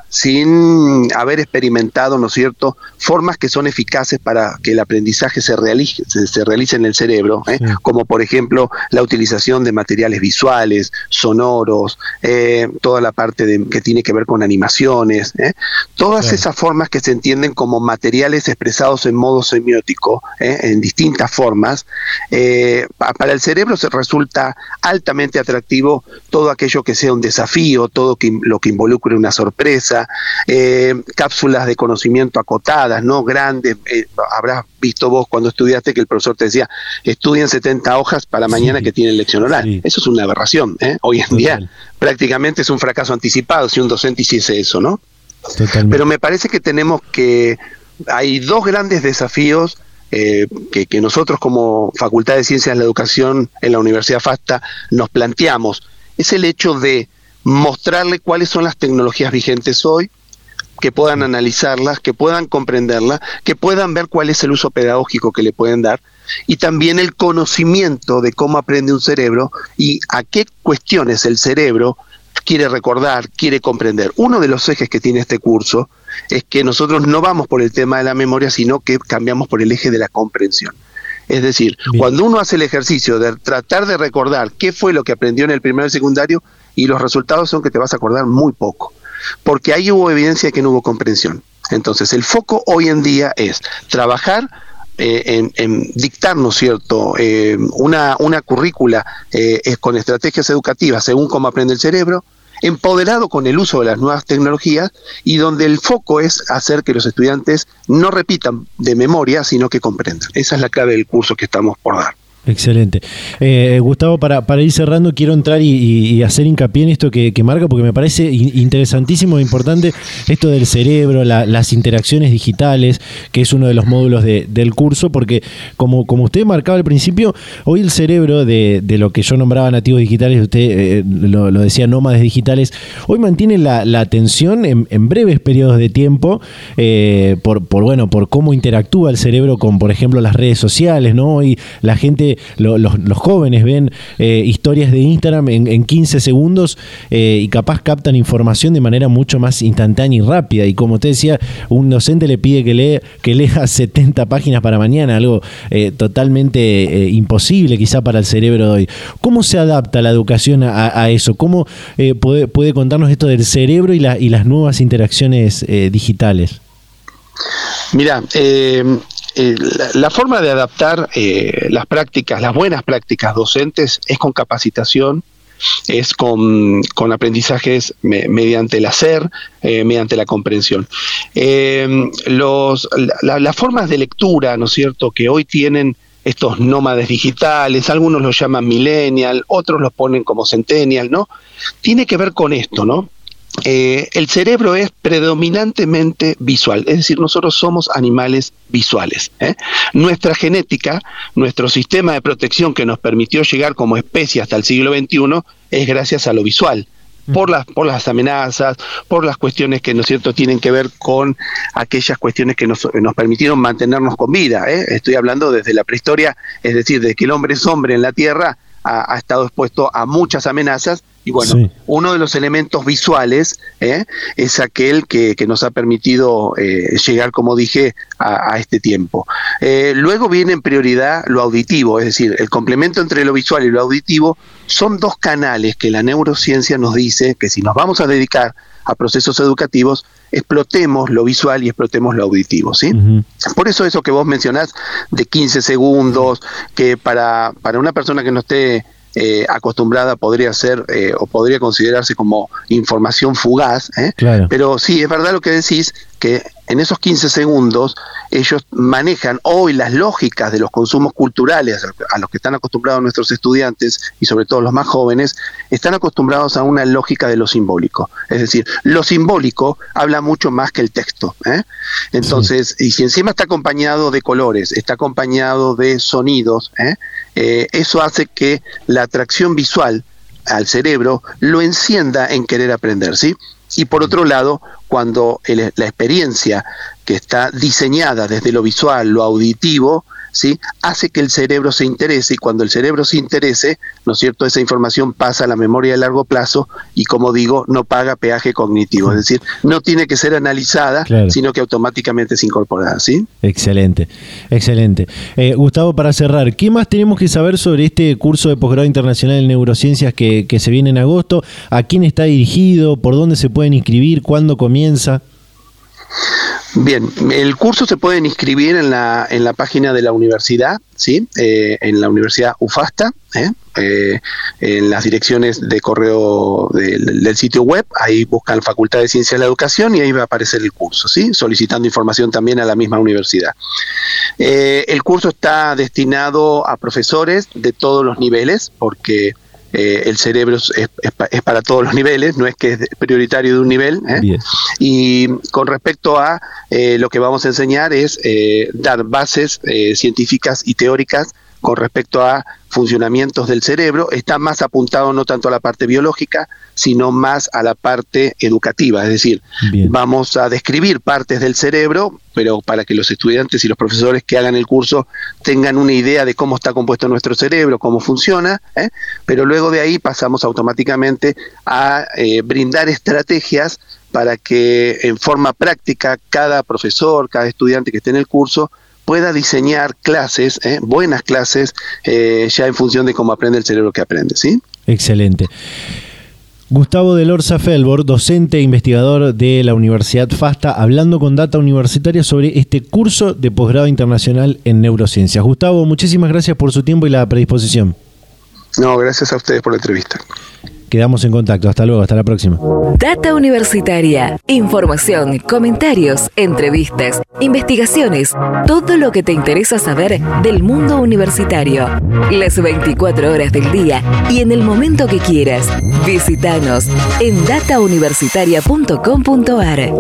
sin haber experimentado, ¿no es cierto?, formas que son eficaces para que el aprendizaje se realice en el cerebro, como por ejemplo la utilización de materiales visuales, sonoros, toda la parte que tiene que ver con animaciones, todas esas formas que se entienden como materiales expresados en modo semiótico, en distintas formas, para el cerebro se resulta altamente atractivo todo aquello que sea un desafío, todo lo que involucre una sorpresa, cápsulas de conocimiento acotadas, no grandes. Habrás visto vos cuando estudiaste que el profesor te decía, estudien 70 hojas para mañana que tienen lección oral. Sí. Eso es una aberración, hoy en día prácticamente es un fracaso anticipado si un docente hiciese eso, ¿no? Totalmente. Pero me parece que hay dos grandes desafíos que nosotros como Facultad de Ciencias de la Educación en la Universidad FASTA nos planteamos. Es el hecho de mostrarle cuáles son las tecnologías vigentes hoy, que puedan analizarlas, que puedan comprenderlas, que puedan ver cuál es el uso pedagógico que le pueden dar, y también el conocimiento de cómo aprende un cerebro y a qué cuestiones el cerebro quiere recordar, quiere comprender. Uno de los ejes que tiene este curso es que nosotros no vamos por el tema de la memoria, sino que cambiamos por el eje de la comprensión. Es decir, cuando uno hace el ejercicio de tratar de recordar qué fue lo que aprendió en el primero y secundario, y los resultados son que te vas a acordar muy poco, porque ahí hubo evidencia de que no hubo comprensión. Entonces, el foco hoy en día es trabajar en dictar, ¿no es cierto?, una currícula con estrategias educativas según cómo aprende el cerebro, empoderado con el uso de las nuevas tecnologías, y donde el foco es hacer que los estudiantes no repitan de memoria, sino que comprendan. Esa es la clave del curso que estamos por dar. Excelente. Gustavo, para ir cerrando, quiero entrar y hacer hincapié en esto que marca, porque me parece interesantísimo e importante esto del cerebro, las interacciones digitales, que es uno de los módulos del curso, porque como usted marcaba al principio, hoy el cerebro de lo que yo nombraba nativos digitales, usted lo decía nómades digitales, hoy mantiene la atención en breves periodos de tiempo, por cómo interactúa el cerebro con, por ejemplo, las redes sociales, ¿no? Hoy la gente, los jóvenes ven historias de Instagram en 15 segundos y capaz captan información de manera mucho más instantánea y rápida. Y como usted decía, un docente le pide que lea 70 páginas para mañana, algo totalmente imposible quizá para el cerebro de hoy. ¿Cómo se adapta la educación a eso? ¿Cómo puede contarnos esto del cerebro y las nuevas interacciones digitales? Mira, la forma de adaptar las buenas prácticas docentes es con capacitación, es con aprendizajes mediante el hacer, mediante la comprensión. Las formas de lectura, ¿no es cierto?, que hoy tienen estos nómades digitales, algunos los llaman millennial, otros los ponen como centennial, ¿no? Tiene que ver con esto, ¿no? El cerebro es predominantemente visual, es decir, nosotros somos animales visuales. Nuestra genética, nuestro sistema de protección que nos permitió llegar como especie hasta el siglo XXI es gracias a lo visual, por las amenazas, por las cuestiones que, ¿no es cierto?, tienen que ver con aquellas cuestiones que nos permitieron mantenernos con vida. Estoy hablando desde la prehistoria, es decir, desde que el hombre es hombre en la Tierra, ha estado expuesto a muchas amenazas. Y bueno, sí, uno de los elementos visuales es aquel que nos ha permitido llegar, como dije, a este tiempo. Luego viene en prioridad lo auditivo, es decir, el complemento entre lo visual y lo auditivo son dos canales que la neurociencia nos dice que si nos vamos a dedicar a procesos educativos, explotemos lo visual y explotemos lo auditivo, ¿sí? Uh-huh. Por eso que vos mencionás de 15 segundos, que para una persona que no esté acostumbrada podría ser o podría considerarse como información fugaz, claro. Pero sí, es verdad lo que decís, que en esos 15 segundos ellos manejan hoy las lógicas de los consumos culturales a los que están acostumbrados nuestros estudiantes y sobre todo los más jóvenes, están acostumbrados a una lógica de lo simbólico. Es decir, lo simbólico habla mucho más que el texto. Entonces, sí. Y si encima está acompañado de colores, está acompañado de sonidos, eso hace que la atracción visual al cerebro lo encienda en querer aprender, ¿sí? Y por otro lado, cuando la experiencia que está diseñada desde lo visual, lo auditivo, ¿sí?, hace que el cerebro se interese, y cuando el cerebro se interese, ¿no es cierto?, esa información pasa a la memoria de largo plazo y, como digo, no paga peaje cognitivo, es decir, no tiene que ser analizada, claro, sino que automáticamente es incorporada, ¿sí? Excelente, excelente. Gustavo, para cerrar, ¿qué más tenemos que saber sobre este curso de posgrado internacional en neurociencias que se viene en agosto? ¿A quién está dirigido? ¿Por dónde se pueden inscribir? ¿Cuándo comienza? Bien, el curso se pueden inscribir en la página de la universidad, ¿sí? En la Universidad UFASTA, en las direcciones de correo del sitio web, ahí buscan Facultad de Ciencias de la Educación y ahí va a aparecer el curso, ¿sí?, solicitando información también a la misma universidad. El curso está destinado a profesores de todos los niveles, porque el cerebro es para todos los niveles, no es que es prioritario de un nivel. Y con respecto a lo que vamos a enseñar es dar bases científicas y teóricas con respecto a funcionamientos del cerebro. Está más apuntado no tanto a la parte biológica, sino más a la parte educativa, es decir, bien, vamos a describir partes del cerebro, pero para que los estudiantes y los profesores que hagan el curso tengan una idea de cómo está compuesto nuestro cerebro, cómo funciona, pero luego de ahí pasamos automáticamente a brindar estrategias para que en forma práctica cada profesor, cada estudiante que esté en el curso pueda diseñar clases, buenas clases, ya en función de cómo aprende el cerebro que aprende, ¿sí? Excelente. Gustavo de Lorza Felbor, docente e investigador de la Universidad FASTA, hablando con Data Universitaria sobre este curso de posgrado internacional en neurociencias. Gustavo, muchísimas gracias por su tiempo y la predisposición. No, gracias a ustedes por la entrevista. Quedamos en contacto. Hasta luego, hasta la próxima. Data Universitaria. Información, comentarios, entrevistas, investigaciones, todo lo que te interesa saber del mundo universitario. Las 24 horas del día y en el momento que quieras. Visítanos en datauniversitaria.com.ar.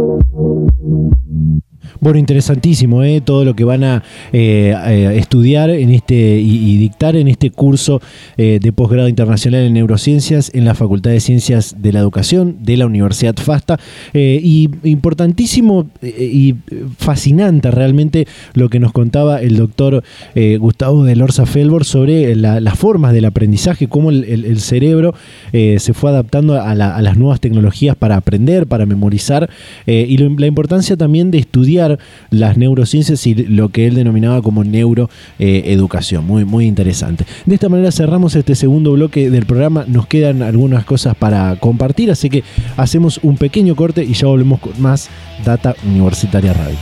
Bueno, interesantísimo, todo lo que van a estudiar en y dictar en este curso de posgrado internacional en neurociencias en la Facultad de Ciencias de la Educación de la Universidad FASTA. Y importantísimo y fascinante realmente lo que nos contaba el doctor Gustavo de Lorza Felbor sobre las formas del aprendizaje, cómo el cerebro se fue adaptando a las nuevas tecnologías para aprender, para memorizar, y la importancia también de estudiar las neurociencias y lo que él denominaba como neuroeducación. Muy, muy interesante. De esta manera cerramos este segundo bloque del programa. Nos quedan algunas cosas para compartir, así que hacemos un pequeño corte y ya volvemos con más Data Universitaria Radio.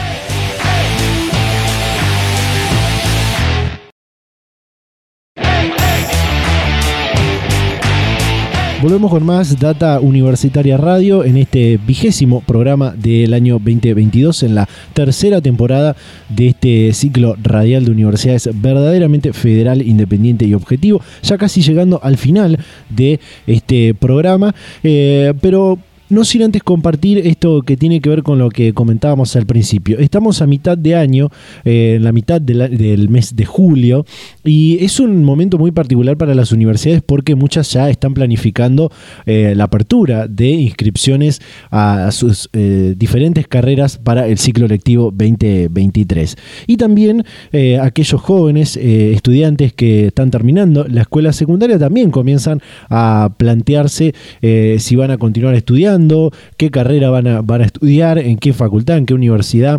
Volvemos con más Data Universitaria Radio en este 20º programa del año 2022, en la tercera temporada de este ciclo radial de universidades verdaderamente federal, independiente y objetivo. Ya casi llegando al final de este programa, pero no sin antes compartir esto que tiene que ver con lo que comentábamos al principio. Estamos a mitad de año, en la mitad del mes de julio, y es un momento muy particular para las universidades porque muchas ya están planificando la apertura de inscripciones a sus diferentes carreras para el ciclo lectivo 2023. Y también aquellos jóvenes estudiantes que están terminando la escuela secundaria también comienzan a plantearse si van a continuar estudiando, qué carrera van a estudiar, en qué facultad, en qué universidad,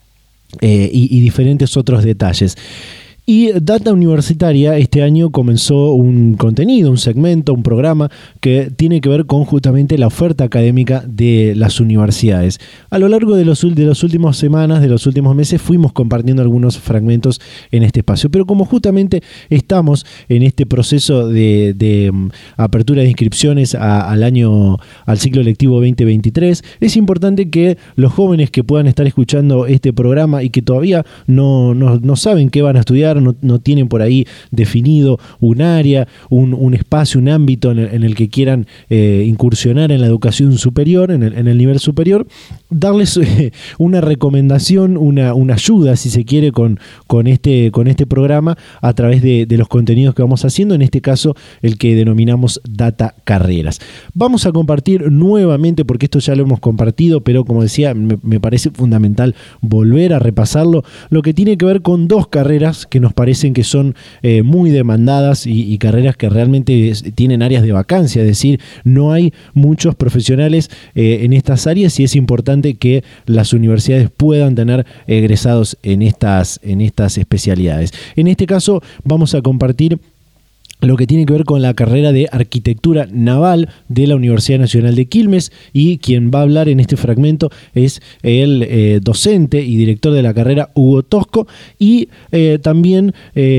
y diferentes otros detalles. Y Data Universitaria este año comenzó un contenido, un segmento, un programa que tiene que ver con justamente la oferta académica de las universidades. A lo largo de las últimas semanas, de los últimos meses, fuimos compartiendo algunos fragmentos en este espacio. Pero como justamente estamos en este proceso de apertura de inscripciones al ciclo lectivo 2023, es importante que los jóvenes que puedan estar escuchando este programa y que todavía no saben qué van a estudiar, no tienen por ahí definido un área, un espacio, un ámbito en el que quieran incursionar en la educación superior, en el nivel superior, darles una recomendación, una ayuda, si se quiere, con este programa a través de los contenidos que vamos haciendo, en este caso el que denominamos Data Carreras. Vamos a compartir nuevamente, porque esto ya lo hemos compartido, pero como decía, me parece fundamental volver a repasarlo, lo que tiene que ver con dos carreras que nos parecen que son muy demandadas y carreras que realmente tienen áreas de vacancia, es decir, no hay muchos profesionales en estas áreas y es importante que las universidades puedan tener egresados en estas especialidades. En este caso vamos a compartir lo que tiene que ver con la carrera de Arquitectura Naval de la Universidad Nacional de Quilmes, y quien va a hablar en este fragmento es el docente y director de la carrera, Hugo Tosco, y también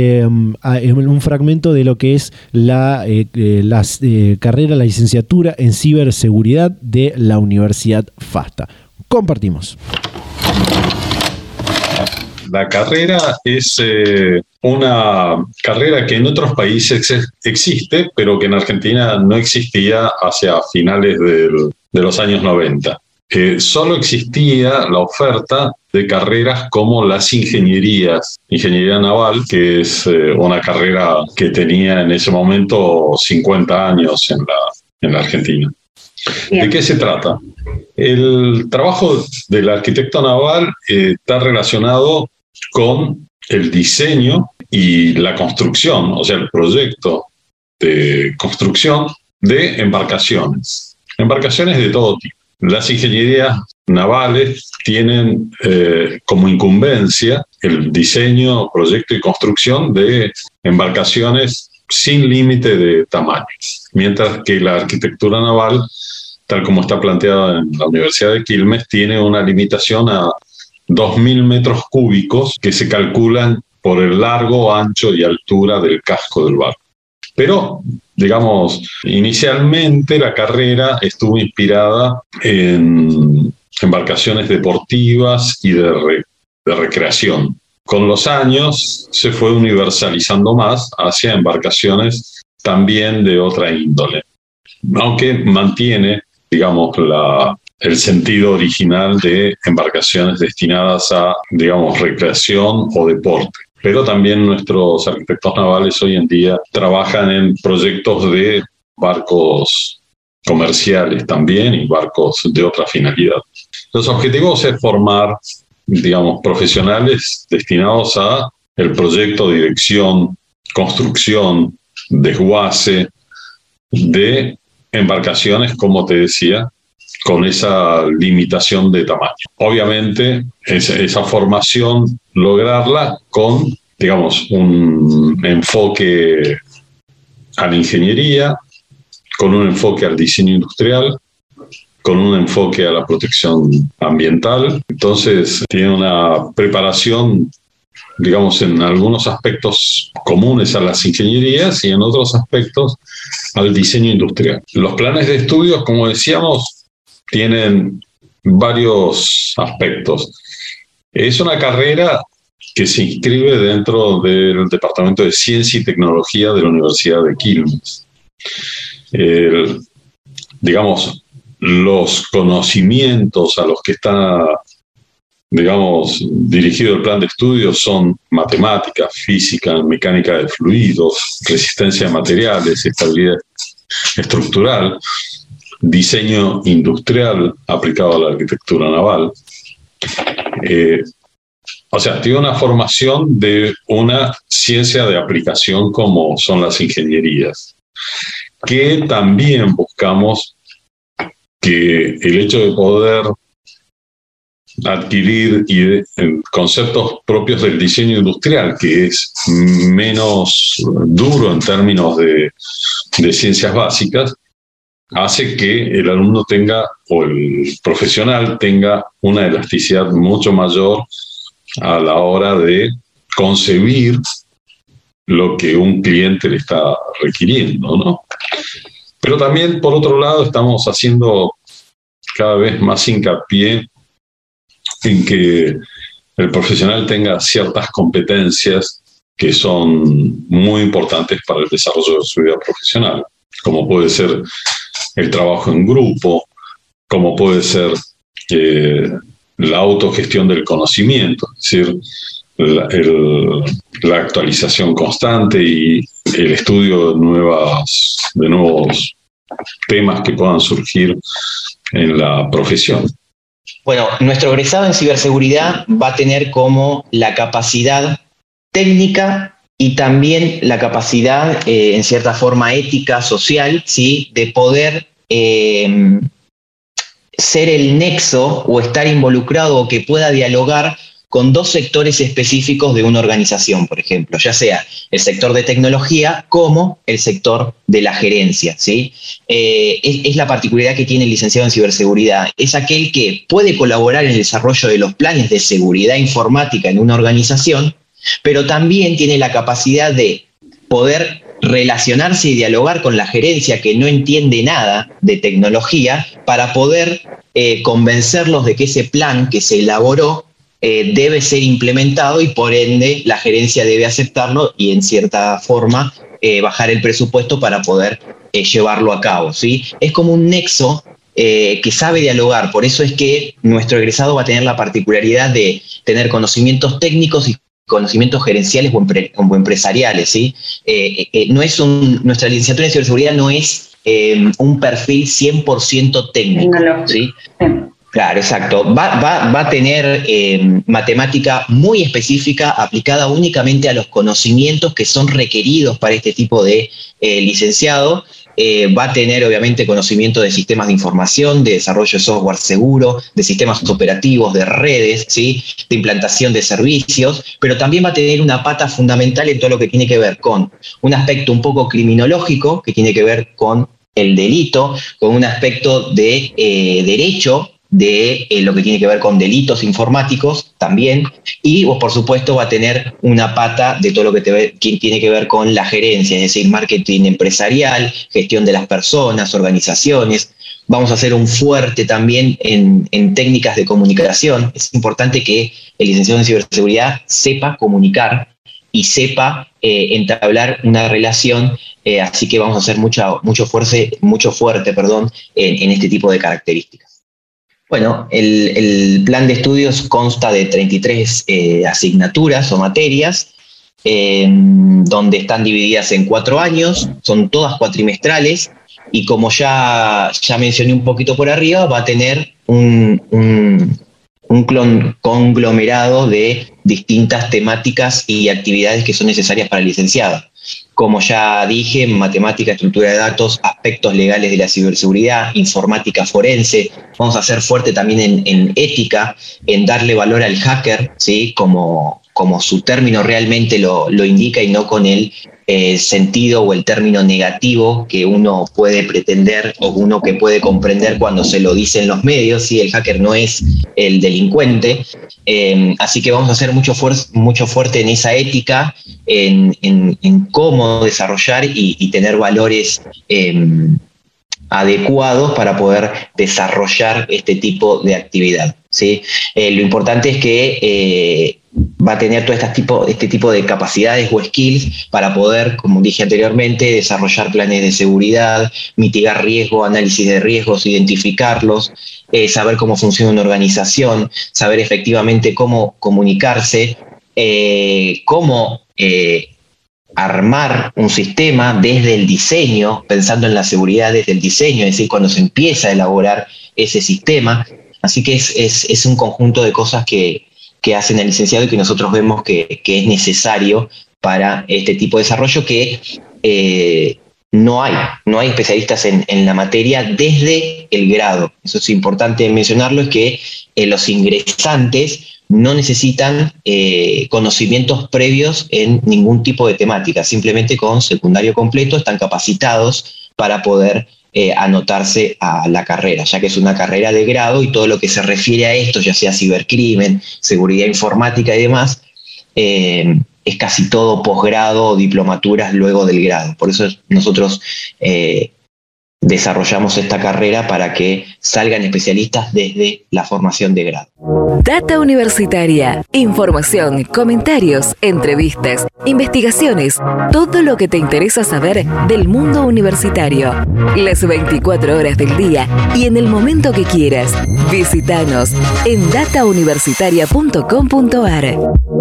un fragmento de lo que es la carrera, la licenciatura en ciberseguridad de la Universidad FASTA. Compartimos. La carrera es una carrera que en otros países existe, pero que en Argentina no existía hacia finales de los años 90. Solo existía la oferta de carreras como las ingenierías, ingeniería naval, que es una carrera que tenía en ese momento 50 años en la Argentina. Bien. ¿De qué se trata? El trabajo del arquitecto naval está relacionado con el diseño y la construcción, o sea, el proyecto de construcción de embarcaciones de todo tipo. Las ingenierías navales tienen como incumbencia el diseño, proyecto y construcción de embarcaciones sin límite de tamaño, mientras que la arquitectura naval, tal como está planteada en la Universidad de Quilmes, tiene una limitación a 2.000 metros cúbicos que se calculan por el largo, ancho y altura del casco del barco. Pero, digamos, inicialmente la carrera estuvo inspirada en embarcaciones deportivas y de recreación. Con los años se fue universalizando más hacia embarcaciones también de otra índole, aunque mantiene, digamos, el sentido original de embarcaciones destinadas a, digamos, recreación o deporte. Pero también nuestros arquitectos navales hoy en día trabajan en proyectos de barcos comerciales también y barcos de otra finalidad. Los objetivos es formar, digamos, profesionales destinados a el proyecto, dirección, construcción, desguace de embarcaciones, como te decía, con esa limitación de tamaño. Obviamente, esa formación, lograrla con, digamos, un enfoque a la ingeniería, con un enfoque al diseño industrial, con un enfoque a la protección ambiental. Entonces, tiene una preparación, digamos, en algunos aspectos comunes a las ingenierías y en otros aspectos al diseño industrial. Los planes de estudios, como decíamos, tienen varios aspectos. Es una carrera que se inscribe dentro del Departamento de Ciencia y Tecnología de la Universidad de Quilmes. Digamos, los conocimientos a los que está, digamos, dirigido el plan de estudios son matemática, física, mecánica de fluidos, resistencia a materiales, estabilidad estructural, diseño industrial aplicado a la arquitectura naval. O sea, tiene una formación de una ciencia de aplicación como son las ingenierías, que también buscamos que el hecho de poder adquirir conceptos propios del diseño industrial, que es menos duro en términos de ciencias básicas, hace que el alumno tenga, o el profesional tenga, una elasticidad mucho mayor a la hora de concebir lo que un cliente le está requiriendo, ¿no? Pero también, por otro lado, estamos haciendo cada vez más hincapié en que el profesional tenga ciertas competencias que son muy importantes para el desarrollo de su vida profesional, como puede ser el trabajo en grupo, como puede ser la autogestión del conocimiento, es decir, la actualización constante y el estudio de nuevos temas que puedan surgir en la profesión. Bueno, nuestro egresado en ciberseguridad va a tener como la capacidad técnica y también la capacidad, en cierta forma, ética, social, ¿sí?, de poder ser el nexo o estar involucrado o que pueda dialogar con dos sectores específicos de una organización, por ejemplo, ya sea el sector de tecnología como el sector de la gerencia, ¿sí? Es la particularidad que tiene el licenciado en ciberseguridad. Es aquel que puede colaborar en el desarrollo de los planes de seguridad informática en una organización, pero también tiene la capacidad de poder relacionarse y dialogar con la gerencia que no entiende nada de tecnología para poder convencerlos de que ese plan que se elaboró debe ser implementado y por ende la gerencia debe aceptarlo y en cierta forma bajar el presupuesto para poder llevarlo a cabo, ¿sí? Es como un nexo que sabe dialogar, por eso es que nuestro egresado va a tener la particularidad de tener conocimientos técnicos y conocimientos gerenciales o empresariales, ¿sí? Nuestra licenciatura en ciberseguridad no es un perfil 100% técnico, ¿sí? Claro, exacto. Va a tener matemática muy específica aplicada únicamente a los conocimientos que son requeridos para este tipo de licenciado. Va a tener, obviamente, conocimiento de sistemas de información, de desarrollo de software seguro, de sistemas operativos, de redes, ¿sí?, de implantación de servicios, pero también va a tener una pata fundamental en todo lo que tiene que ver con un aspecto un poco criminológico, que tiene que ver con el delito, con un aspecto de derecho, de lo que tiene que ver con delitos informáticos también, y por supuesto va a tener una pata de todo lo que tiene que ver con la gerencia, es decir, marketing empresarial, gestión de las personas, organizaciones. Vamos a hacer un fuerte también en técnicas de comunicación. Es importante que el licenciado en ciberseguridad sepa comunicar y sepa entablar una relación, así que vamos a hacer mucho fuerte en este tipo de características. Bueno, el plan de estudios consta de 33 asignaturas o materias, donde están divididas en 4 años, son todas cuatrimestrales, y como ya mencioné un poquito por arriba, va a tener un conglomerado de distintas temáticas y actividades que son necesarias para el licenciado. Como ya dije, matemática, estructura de datos, aspectos legales de la ciberseguridad, informática forense. Vamos a hacer fuerte también en ética, en darle valor al hacker, ¿sí? Como su término realmente lo indica, y no con el sentido o el término negativo que uno puede pretender o uno que puede comprender cuando se lo dicen los medios. ¿Sí? El hacker no es el delincuente. Así que vamos a hacer mucho fuerte en esa ética, en cómo desarrollar y tener valores adecuados para poder desarrollar este tipo de actividad, ¿sí? Lo importante es que va a tener todo este tipo de capacidades o skills para poder, como dije anteriormente, desarrollar planes de seguridad, mitigar riesgo, análisis de riesgos, identificarlos, saber cómo funciona una organización, saber efectivamente cómo comunicarse, cómo armar un sistema desde el diseño, pensando en la seguridad desde el diseño, es decir, cuando se empieza a elaborar ese sistema. Así que es un conjunto de cosas que hacen el licenciado y que nosotros vemos que es necesario para este tipo de desarrollo, que no hay especialistas en la materia desde el grado. Eso es importante mencionarlo, es que los ingresantes no necesitan conocimientos previos en ningún tipo de temática, simplemente con secundario completo están capacitados para poder anotarse a la carrera, ya que es una carrera de grado, y todo lo que se refiere a esto, ya sea cibercrimen, seguridad informática y demás, es casi todo posgrado o diplomaturas luego del grado. Por eso nosotros desarrollamos esta carrera para que salgan especialistas desde la formación de grado. Data Universitaria. Información, comentarios, entrevistas, investigaciones, todo lo que te interesa saber del mundo universitario. Las 24 horas del día y en el momento que quieras. Visítanos en datauniversitaria.com.ar.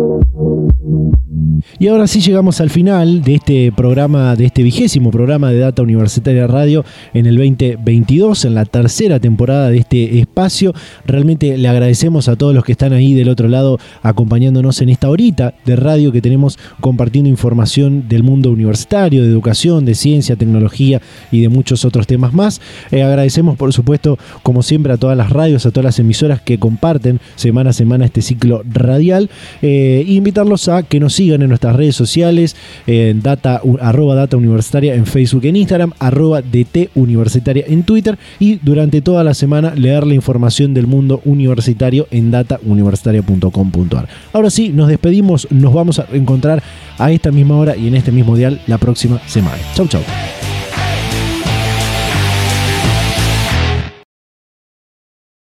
Y ahora sí llegamos al final de este programa, de este 20º programa de Data Universitaria Radio en el 2022, en la tercera temporada de este espacio. Realmente le agradecemos a todos los que están ahí del otro lado acompañándonos en esta horita de radio que tenemos compartiendo información del mundo universitario, de educación, de ciencia, tecnología y de muchos otros temas más. Agradecemos, por supuesto, como siempre, a todas las radios, a todas las emisoras que comparten semana a semana este ciclo radial. Invitarlos a que nos sigan en nuestras redes sociales, @Data Universitaria en Facebook, en Instagram, @DT Universitaria en Twitter, y durante toda la semana leer la información del mundo universitario en datauniversitaria.com.ar. Ahora sí, nos despedimos, nos vamos a encontrar a esta misma hora y en este mismo dial la próxima semana. Chau, chau.